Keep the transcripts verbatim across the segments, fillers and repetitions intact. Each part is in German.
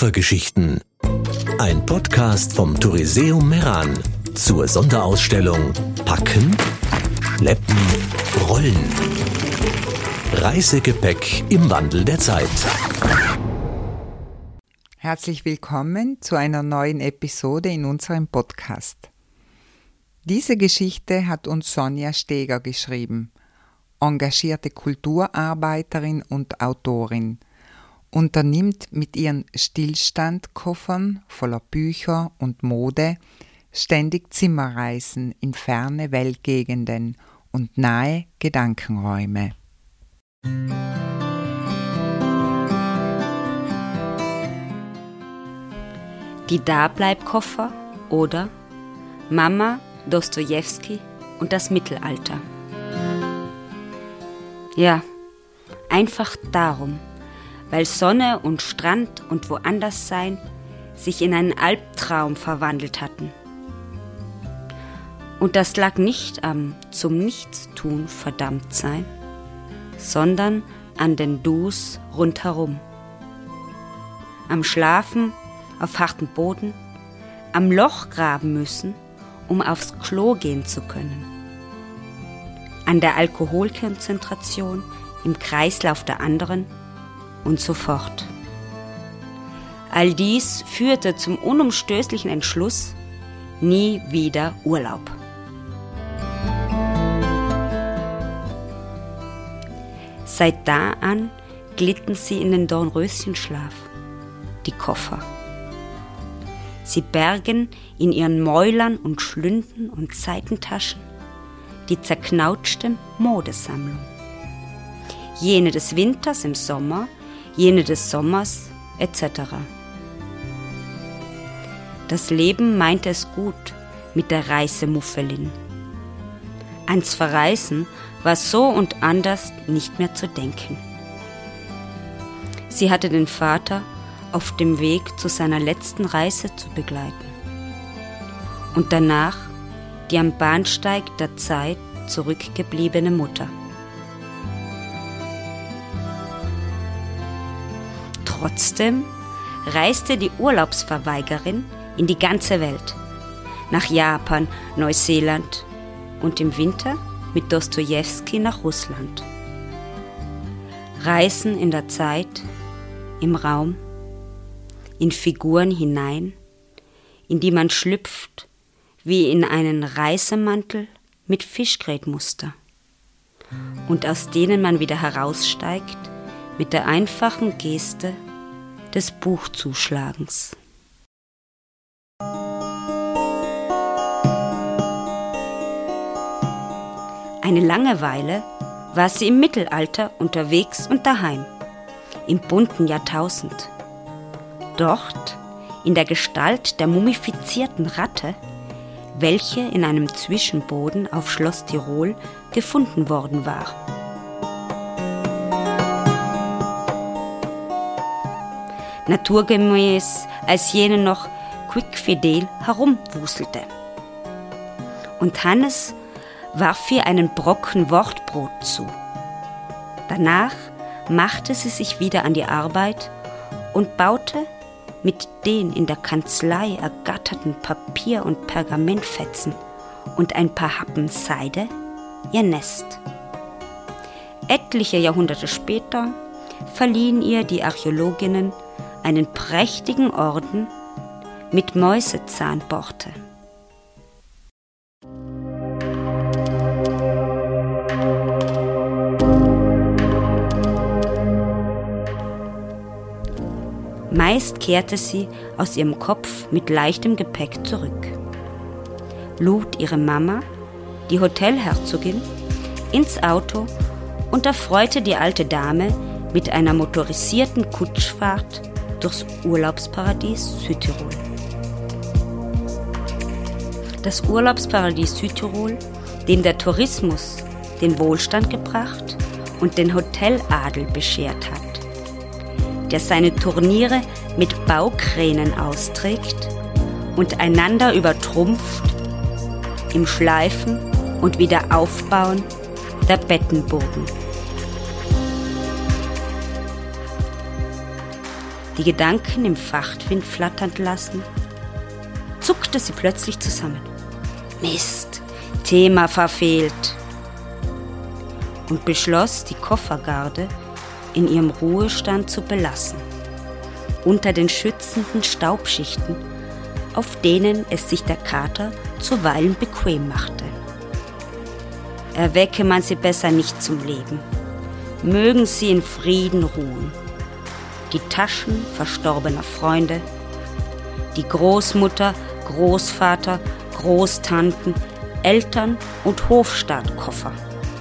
Koffergeschichten. Ein Podcast vom Touriseum Meran zur Sonderausstellung Packen, Schleppen, Rollen. Reisegepäck im Wandel der Zeit. Herzlich willkommen zu einer neuen Episode in unserem Podcast. Diese Geschichte hat uns Sonja Steger geschrieben, engagierte Kulturarbeiterin und Autorin, unternimmt mit ihren Stillstandkoffern voller Bücher und Mode ständig Zimmerreisen in ferne Weltgegenden und nahe Gedankenräume. Die Dableibkoffer oder Mama, Dostojewski und das Mittelalter. Ja, einfach darum, weil Sonne und Strand und woanders sein sich in einen Albtraum verwandelt hatten. Und das lag nicht am zum Nichtstun verdammt sein, sondern an den Dus rundherum. Am Schlafen auf hartem Boden, am Loch graben müssen, um aufs Klo gehen zu können. An der Alkoholkonzentration im Kreislauf der anderen und so fort. All dies führte zum unumstößlichen Entschluss, nie wieder Urlaub. Seit da an glitten sie in den Dornröschenschlaf, die Koffer. Sie bergen in ihren Mäulern und Schlünden und Seitentaschen die zerknautschte Modesammlung. Jene des Winters im Sommer, jene des Sommers et cetera. Das Leben meinte es gut mit der Reisemuffelin. Ans Verreisen war so und anders nicht mehr zu denken. Sie hatte den Vater auf dem Weg zu seiner letzten Reise zu begleiten. Und danach die am Bahnsteig der Zeit zurückgebliebene Mutter. Trotzdem reiste die Urlaubsverweigerin in die ganze Welt, nach Japan, Neuseeland und im Winter mit Dostojewski nach Russland. Reisen in der Zeit, im Raum, in Figuren hinein, in die man schlüpft wie in einen Reisemantel mit Fischgrätmuster und aus denen man wieder heraussteigt mit der einfachen Geste des Buchzuschlagens. Eine Langeweile war sie im Mittelalter unterwegs und daheim, im bunten Jahrtausend. Dort, in der Gestalt der mumifizierten Ratte, welche in einem Zwischenboden auf Schloss Tirol gefunden worden war. Naturgemäß als jene noch quickfidel herumwuselte. Und Hannes warf ihr einen Brocken Wortbrot zu. Danach machte sie sich wieder an die Arbeit und baute mit den in der Kanzlei ergatterten Papier- und Pergamentfetzen und ein paar Happen Seide ihr Nest. Etliche Jahrhunderte später verliehen ihr die Archäologinnen einen prächtigen Orden mit Mäusezahnborte. Meist kehrte sie aus ihrem Kopf mit leichtem Gepäck zurück, lud ihre Mama, die Hotelherzogin, ins Auto und erfreute die alte Dame mit einer motorisierten Kutschfahrt durchs Urlaubsparadies Südtirol. Das Urlaubsparadies Südtirol, dem der Tourismus den Wohlstand gebracht und den Hoteladel beschert hat, der seine Turniere mit Baukränen austrägt und einander übertrumpft im Schleifen und Wiederaufbauen der Bettenburgen. die Gedanken im Fahrtwind flatternd lassen, zuckte sie plötzlich zusammen. Mist, Thema verfehlt. Und beschloss, die Koffergarde in ihrem Ruhestand zu belassen, unter den schützenden Staubschichten, auf denen es sich der Kater zuweilen bequem machte. Erwecke man sie besser nicht zum Leben. Mögen sie in Frieden ruhen. Die Taschen verstorbener Freunde, die Großmutter, Großvater, Großtanten, Eltern und Hofstaatkoffer.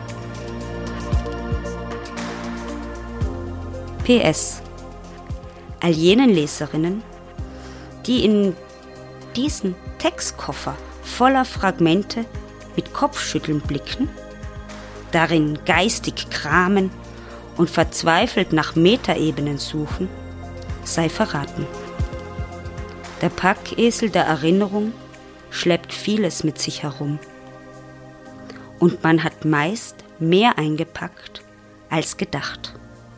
P S. All jenen Leserinnen, die in diesen Textkoffer voller Fragmente mit Kopfschütteln blicken, darin geistig kramen und verzweifelt nach Metaebenen suchen, sei verraten. Der Packesel der Erinnerung schleppt vieles mit sich herum. Und man hat meist mehr eingepackt als gedacht.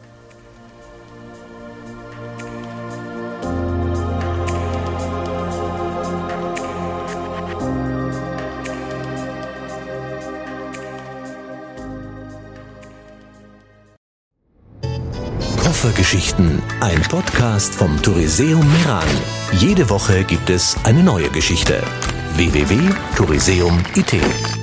Koffergeschichten, ein Podcast vom Touriseum Meran. Jede Woche gibt es eine neue Geschichte. w w w punkt touriseum punkt i t